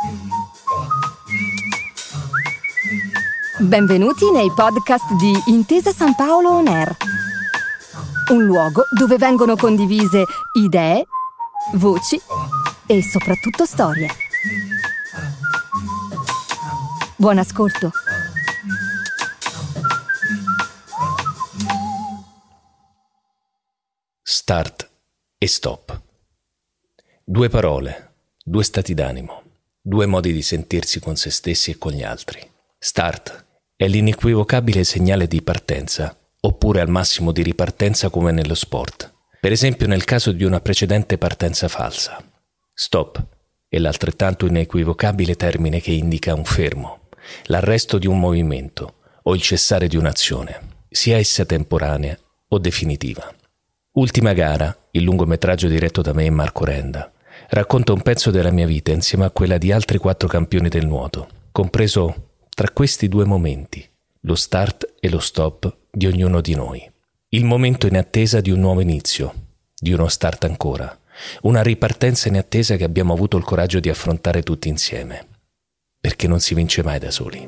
Benvenuti nei podcast di Intesa San Paolo On Air, un luogo dove vengono condivise idee, voci e soprattutto storie. Buon ascolto. Start e stop. Due parole, due stati d'animo, due modi di sentirsi con se stessi e con gli altri. Start è l'inequivocabile segnale di partenza, oppure al massimo di ripartenza come nello sport, per esempio nel caso di una precedente partenza falsa. Stop è l'altrettanto inequivocabile termine che indica un fermo, l'arresto di un movimento o il cessare di un'azione, sia essa temporanea o definitiva. Ultima gara, il lungometraggio diretto da me e Marco Renda, racconta un pezzo della mia vita insieme a quella di altri 4 campioni del nuoto, compreso tra questi 2 momenti, lo start e lo stop di ognuno di noi. Il momento in attesa di un nuovo inizio, di uno start ancora, una ripartenza in attesa che abbiamo avuto il coraggio di affrontare tutti insieme, perché non si vince mai da soli.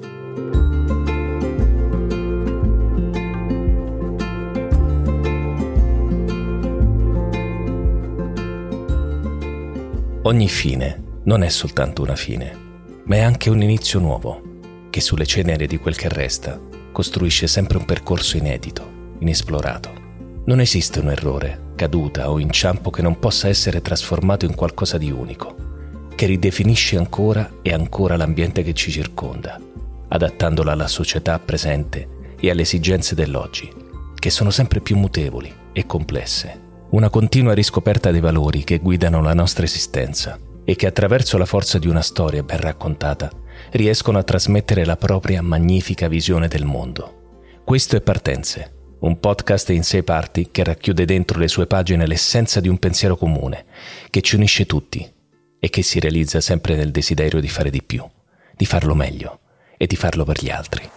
Ogni fine non è soltanto una fine, ma è anche un inizio nuovo, che sulle ceneri di quel che resta costruisce sempre un percorso inedito, inesplorato. Non esiste un errore, caduta o inciampo che non possa essere trasformato in qualcosa di unico, che ridefinisce ancora e ancora l'ambiente che ci circonda, adattandolo alla società presente e alle esigenze dell'oggi, che sono sempre più mutevoli e complesse. Una continua riscoperta dei valori che guidano la nostra esistenza e che attraverso la forza di una storia ben raccontata riescono a trasmettere la propria magnifica visione del mondo. Questo è Partenze, un podcast in 6 parti che racchiude dentro le sue pagine l'essenza di un pensiero comune, che ci unisce tutti e che si realizza sempre nel desiderio di fare di più, di farlo meglio e di farlo per gli altri.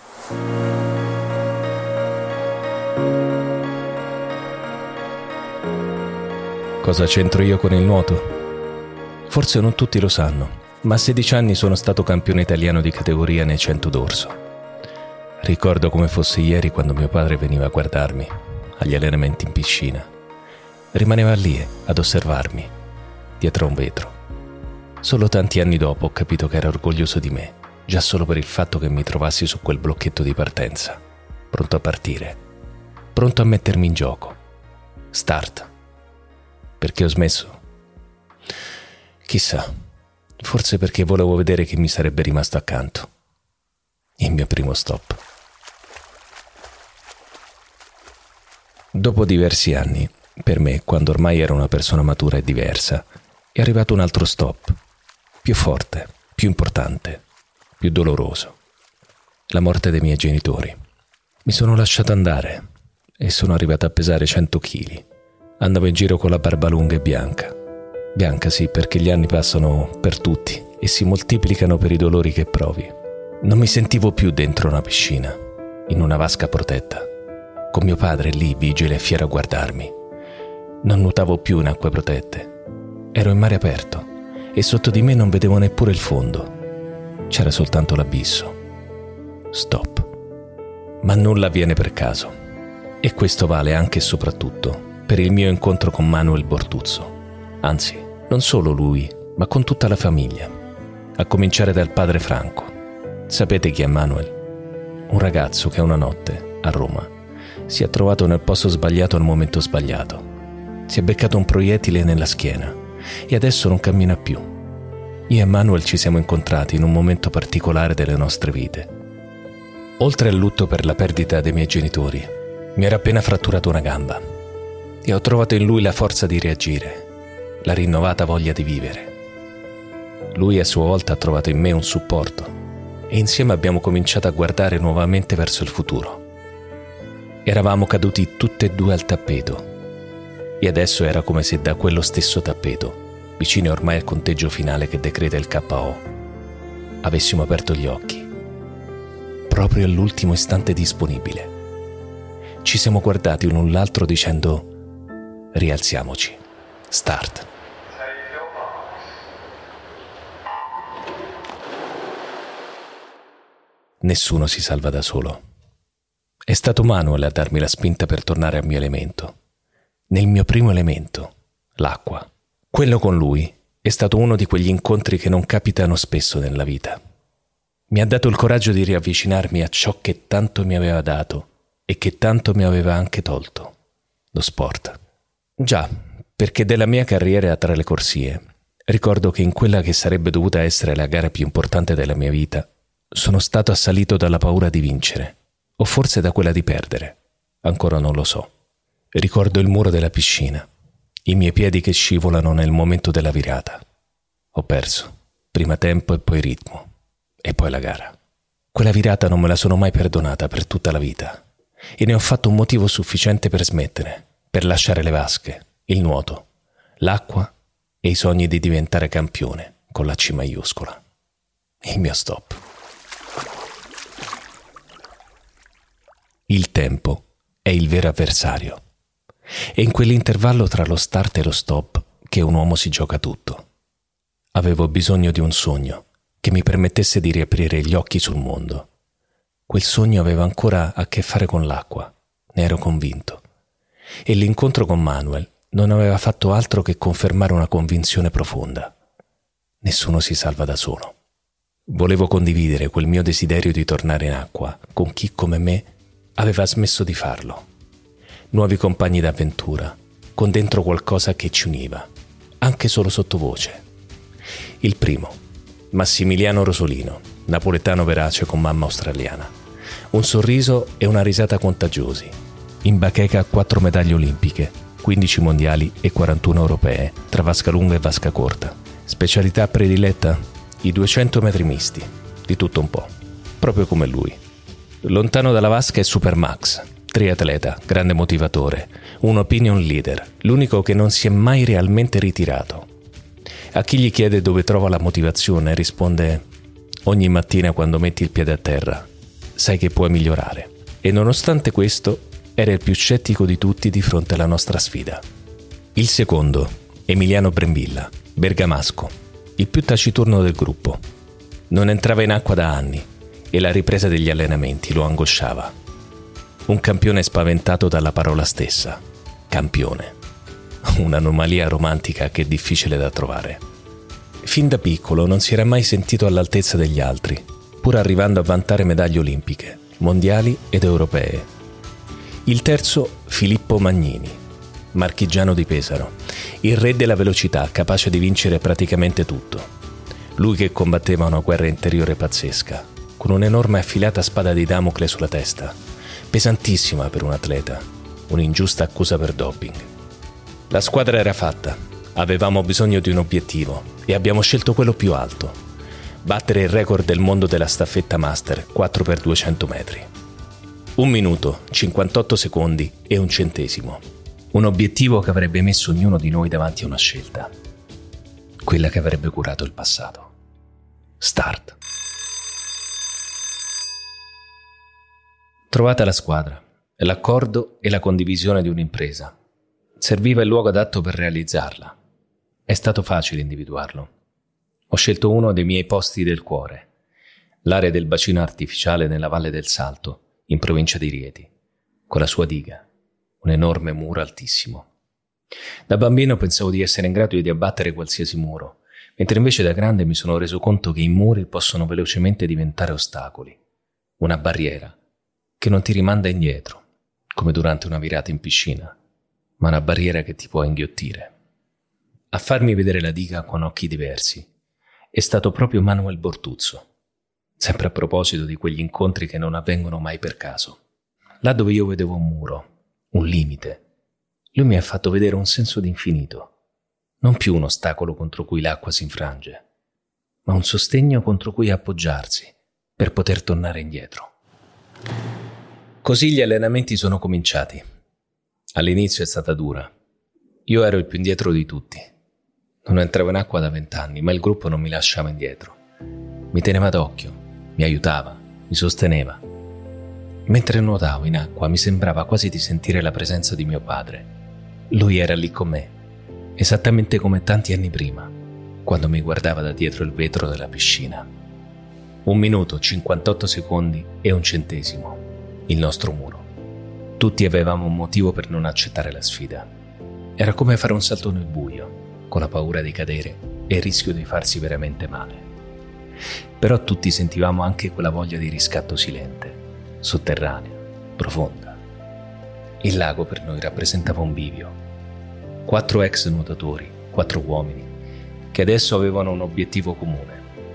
Cosa c'entro io con il nuoto? Forse non tutti lo sanno, ma a 16 anni sono stato campione italiano di categoria nei 100 d'orso. Ricordo come fosse ieri quando mio padre veniva a guardarmi agli allenamenti in piscina. Rimaneva lì ad osservarmi, dietro a un vetro. Solo tanti anni dopo ho capito che era orgoglioso di me, già solo per il fatto che mi trovassi su quel blocchetto di partenza, pronto a partire, pronto a mettermi in gioco. Start. Perché ho smesso? Chissà, forse perché volevo vedere chi mi sarebbe rimasto accanto. Il mio primo stop. Dopo diversi anni, per me, quando ormai ero una persona matura e diversa, è arrivato un altro stop, più forte, più importante, più doloroso. La morte dei miei genitori. Mi sono lasciato andare e sono arrivato a pesare 100 kg. Andavo in giro con la barba lunga e bianca. Bianca sì, perché gli anni passano per tutti e si moltiplicano per i dolori che provi. Non mi sentivo più dentro una piscina, in una vasca protetta, con mio padre lì vigile e fiero a guardarmi. Non nuotavo più in acque protette. Ero in mare aperto e sotto di me non vedevo neppure il fondo. C'era soltanto l'abisso. Stop. Ma nulla avviene per caso. E questo vale anche e soprattutto per il mio incontro con Manuel Bortuzzo. Anzi, non solo lui, ma con tutta la famiglia, a cominciare dal padre Franco. Sapete chi è Manuel? Un ragazzo che una notte, a Roma, si è trovato nel posto sbagliato al momento sbagliato. Si è beccato un proiettile nella schiena e adesso non cammina più. Io e Manuel ci siamo incontrati in un momento particolare delle nostre vite. Oltre al lutto per la perdita dei miei genitori, mi era appena fratturato una gamba e ho trovato in lui la forza di reagire, la rinnovata voglia di vivere. Lui a sua volta ha trovato in me un supporto e insieme abbiamo cominciato a guardare nuovamente verso il futuro. Eravamo caduti tutte e 2 al tappeto e adesso era come se da quello stesso tappeto, vicini ormai al conteggio finale che decreta il KO, avessimo aperto gli occhi, proprio all'ultimo istante disponibile. Ci siamo guardati l'un l'altro dicendo: rialziamoci, start. Nessuno si salva da solo. È stato Manuel a darmi la spinta per tornare al mio elemento. Nel mio primo elemento, l'acqua. Quello con lui è stato uno di quegli incontri che non capitano spesso nella vita. Mi ha dato il coraggio di riavvicinarmi a ciò che tanto mi aveva dato e che tanto mi aveva anche tolto: lo sport. Già, perché della mia carriera tra le corsie, ricordo che in quella che sarebbe dovuta essere la gara più importante della mia vita, sono stato assalito dalla paura di vincere, o forse da quella di perdere. Ancora non lo so. Ricordo il muro della piscina, i miei piedi che scivolano nel momento della virata. Ho perso, prima tempo e poi ritmo, e poi la gara. Quella virata non me la sono mai perdonata per tutta la vita, e ne ho fatto un motivo sufficiente per smettere, per lasciare le vasche, il nuoto, l'acqua e i sogni di diventare campione con la C maiuscola. Il mio stop. Il tempo è il vero avversario. È in quell'intervallo tra lo start e lo stop che un uomo si gioca tutto. Avevo bisogno di un sogno che mi permettesse di riaprire gli occhi sul mondo. Quel sogno aveva ancora a che fare con l'acqua, ne ero convinto. E l'incontro con Manuel non aveva fatto altro che confermare una convinzione profonda. Nessuno si salva da solo. Volevo condividere quel mio desiderio di tornare in acqua con chi come me aveva smesso di farlo. Nuovi compagni d'avventura, con dentro qualcosa che ci univa, anche solo sottovoce. Il primo, Massimiliano Rosolino, napoletano verace con mamma australiana. Un sorriso e una risata contagiosi. In bacheca 4 medaglie olimpiche, 15 mondiali e 41 europee, tra vasca lunga e vasca corta. Specialità prediletta? I 200 metri misti, di tutto un po', proprio come lui. Lontano dalla vasca è Supermax, triatleta, grande motivatore, un opinion leader, l'unico che non si è mai realmente ritirato. A chi gli chiede dove trova la motivazione risponde: ogni mattina quando metti il piede a terra, sai che puoi migliorare. E nonostante questo, era il più scettico di tutti di fronte alla nostra sfida. Il secondo, Emiliano Brembilla, bergamasco, il più taciturno del gruppo. Non entrava in acqua da anni e la ripresa degli allenamenti lo angosciava. Un campione spaventato dalla parola stessa, campione. Un'anomalia romantica che è difficile da trovare. Fin da piccolo non si era mai sentito all'altezza degli altri, pur arrivando a vantare medaglie olimpiche, mondiali ed europee. Il terzo, Filippo Magnini, marchigiano di Pesaro, il re della velocità, capace di vincere praticamente tutto. Lui che combatteva una guerra interiore pazzesca, con un'enorme affilata spada di Damocle sulla testa, pesantissima per un atleta, un'ingiusta accusa per doping. La squadra era fatta, avevamo bisogno di un obiettivo e abbiamo scelto quello più alto: battere il record del mondo della staffetta master 4x200 metri. 1 minuto, 58 secondi e un centesimo. Un obiettivo che avrebbe messo ognuno di noi davanti a una scelta, quella che avrebbe curato il passato. Start. Trovata la squadra, l'accordo e la condivisione di un'impresa. Serviva il luogo adatto per realizzarla. È stato facile individuarlo. Ho scelto uno dei miei posti del cuore, l'area del bacino artificiale nella Valle del Salto, in provincia di Rieti, con la sua diga, un enorme muro altissimo. Da bambino pensavo di essere in grado di abbattere qualsiasi muro, mentre invece da grande mi sono reso conto che i muri possono velocemente diventare ostacoli, una barriera che non ti rimanda indietro, come durante una virata in piscina, ma una barriera che ti può inghiottire. A farmi vedere la diga con occhi diversi è stato proprio Manuel Bortuzzo, sempre a proposito di quegli incontri che non avvengono mai per caso. Là dove io vedevo un muro, un limite, lui mi ha fatto vedere un senso di infinito, non più un ostacolo contro cui l'acqua si infrange, ma un sostegno contro cui appoggiarsi per poter tornare indietro. Così gli allenamenti sono cominciati. All'inizio è stata dura. Io ero il più indietro di tutti. Non entravo in acqua da 20 anni, ma il gruppo non mi lasciava indietro. Mi teneva d'occhio, mi aiutava, mi sosteneva. Mentre nuotavo in acqua mi sembrava quasi di sentire la presenza di mio padre. Lui era lì con me, esattamente come tanti anni prima, quando mi guardava da dietro il vetro della piscina. 1 minuto, 58 secondi e 1 centesimo. Il nostro muro. Tutti avevamo un motivo per non accettare la sfida. Era come fare un salto nel buio, con la paura di cadere e il rischio di farsi veramente male. Però tutti sentivamo anche quella voglia di riscatto silente, sotterranea, profonda. Il lago per noi rappresentava un bivio. 4 ex nuotatori, 4 uomini, che adesso avevano un obiettivo comune.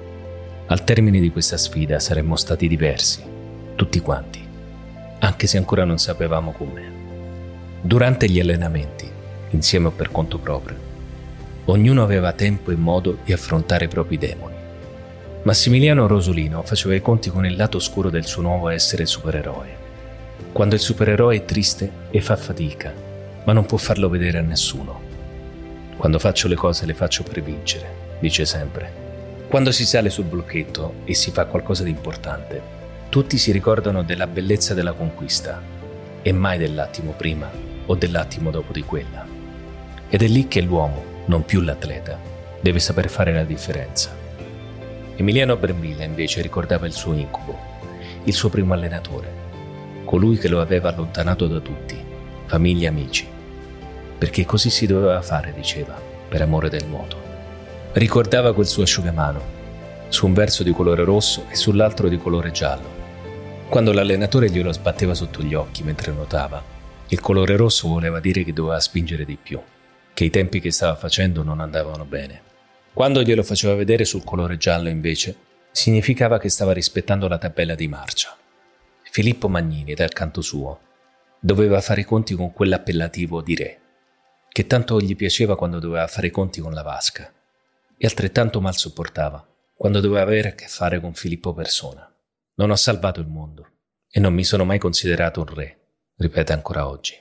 Al termine di questa sfida saremmo stati diversi, tutti quanti, anche se ancora non sapevamo come. Durante gli allenamenti, insieme o per conto proprio, ognuno aveva tempo e modo di affrontare i propri demoni. Massimiliano Rosolino faceva i conti con il lato oscuro del suo nuovo essere supereroe. Quando il supereroe è triste e fa fatica, ma non può farlo vedere a nessuno. Quando faccio le cose le faccio per vincere, dice sempre. Quando si sale sul blocchetto e si fa qualcosa di importante, tutti si ricordano della bellezza della conquista e mai dell'attimo prima o dell'attimo dopo di quella. Ed è lì che l'uomo, non più l'atleta, deve saper fare la differenza. Emiliano Brembilla invece ricordava il suo incubo, il suo primo allenatore, colui che lo aveva allontanato da tutti, famiglia e amici, perché così si doveva fare, diceva, per amore del nuoto. Ricordava quel suo asciugamano, su un verso di colore rosso e sull'altro di colore giallo. Quando l'allenatore glielo sbatteva sotto gli occhi mentre nuotava, il colore rosso voleva dire che doveva spingere di più, che i tempi che stava facendo non andavano bene. Quando glielo faceva vedere sul colore giallo, invece, significava che stava rispettando la tabella di marcia. Filippo Magnini, dal canto suo, doveva fare i conti con quell'appellativo di re, che tanto gli piaceva quando doveva fare i conti con la vasca, e altrettanto mal sopportava quando doveva avere a che fare con Filippo Persona. Non ho salvato il mondo e non mi sono mai considerato un re, ripete ancora oggi.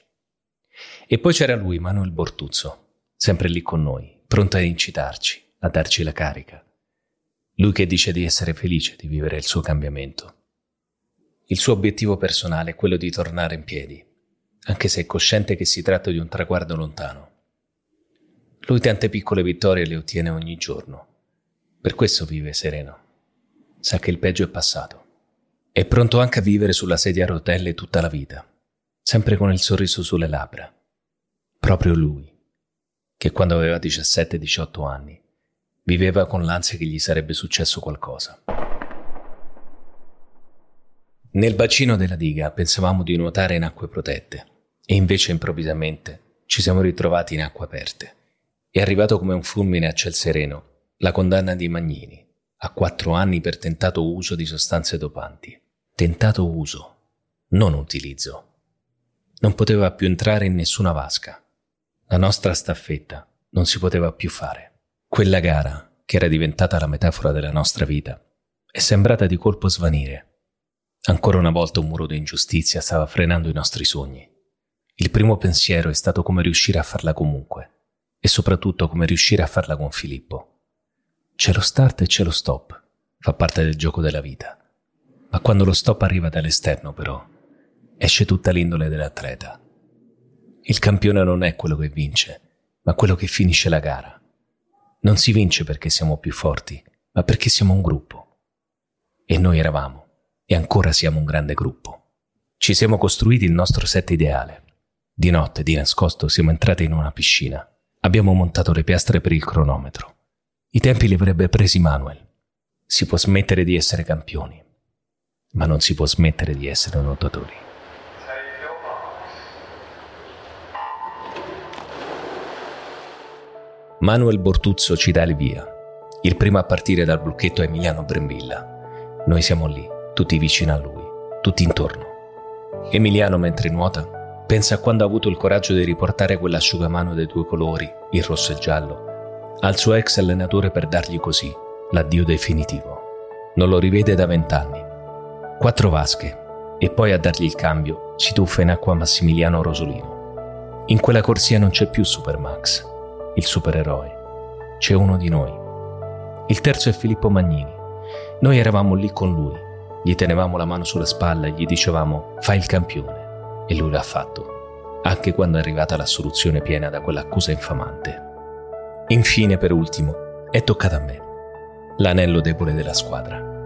E poi c'era lui, Manuel Bortuzzo, sempre lì con noi, pronto a incitarci, a darci la carica. Lui che dice di essere felice di vivere il suo cambiamento. Il suo obiettivo personale è quello di tornare in piedi, anche se è cosciente che si tratta di un traguardo lontano. Lui tante piccole vittorie le ottiene ogni giorno. Per questo vive sereno. Sa che il peggio è passato. È pronto anche a vivere sulla sedia a rotelle tutta la vita, sempre con il sorriso sulle labbra. Proprio lui, che quando aveva 17-18 anni, viveva con l'ansia che gli sarebbe successo qualcosa. Nel bacino della diga pensavamo di nuotare in acque protette e invece improvvisamente ci siamo ritrovati in acque aperte. È arrivato come un fulmine a ciel sereno la condanna di Magnini a 4 anni per tentato uso di sostanze dopanti. Tentato uso, non utilizzo. Non poteva più entrare in nessuna vasca. La nostra staffetta non si poteva più fare. Quella gara, che era diventata la metafora della nostra vita, è sembrata di colpo svanire. Ancora una volta un muro di ingiustizia stava frenando i nostri sogni. Il primo pensiero è stato come riuscire a farla comunque. E soprattutto come riuscire a farla con Filippo. C'è lo start e c'è lo stop, fa parte del gioco della vita. Ma quando lo stop arriva dall'esterno, però, esce tutta l'indole dell'atleta. Il campione non è quello che vince, ma quello che finisce la gara. Non si vince perché siamo più forti, ma perché siamo un gruppo. E noi eravamo, e ancora siamo un grande gruppo. Ci siamo costruiti il nostro set ideale. Di notte, di nascosto, siamo entrati in una piscina. Abbiamo montato le piastre per il cronometro. I tempi li avrebbe presi Manuel. Si può smettere di essere campioni, ma non si può smettere di essere nuotatori. Manuel Bortuzzo ci dà il via. Il primo a partire dal blocchetto è Emiliano Brembilla. Noi siamo lì, tutti vicino a lui, tutti intorno. Emiliano, mentre nuota, pensa a quando ha avuto il coraggio di riportare quell'asciugamano dei 2 colori, il rosso e il giallo, al suo ex allenatore per dargli così l'addio definitivo. Non lo rivede da 20 anni. 4 vasche, e poi a dargli il cambio si tuffa in acqua Massimiliano Rosolino. In quella corsia non c'è più Supermax, il supereroe. C'è uno di noi. Il terzo è Filippo Magnini. Noi eravamo lì con lui, gli tenevamo la mano sulla spalla e gli dicevamo «Fai il campione». E lui l'ha fatto, anche quando è arrivata l'assoluzione piena da quell'accusa infamante. Infine, per ultimo, è toccata a me, l'anello debole della squadra.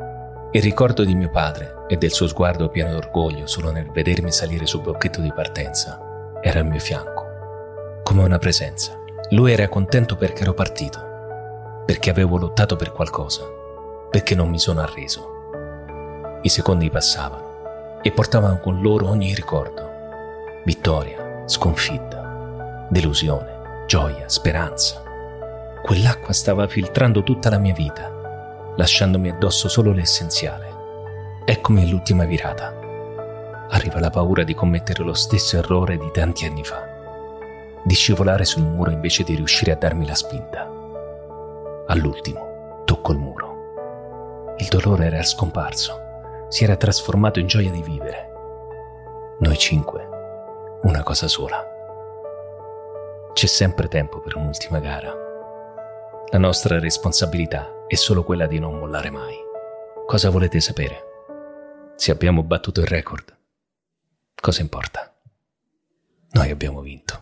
Il ricordo di mio padre e del suo sguardo pieno d'orgoglio solo nel vedermi salire sul blocchetto di partenza era al mio fianco, come una presenza. Lui era contento perché ero partito, perché avevo lottato per qualcosa, perché non mi sono arreso. I secondi passavano e portavano con loro ogni ricordo: vittoria, sconfitta, delusione, gioia, speranza. Quell'acqua stava filtrando tutta la mia vita, lasciandomi addosso solo l'essenziale. Eccomi all'ultima virata. Arriva la paura di commettere lo stesso errore di tanti anni fa, di scivolare sul muro invece di riuscire a darmi la spinta. All'ultimo tocco il muro. Il dolore era scomparso, si era trasformato in gioia di vivere. Noi 5, una cosa sola. C'è sempre tempo per un'ultima gara. La nostra responsabilità è solo quella di non mollare mai. Cosa volete sapere? Se abbiamo battuto il record, cosa importa? Noi abbiamo vinto.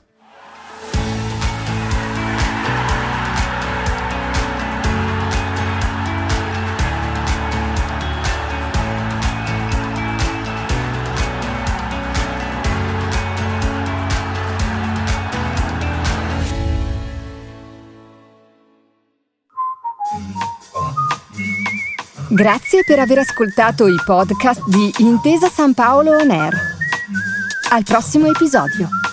Grazie per aver ascoltato i podcast di Intesa San Paolo On Air. Al prossimo episodio.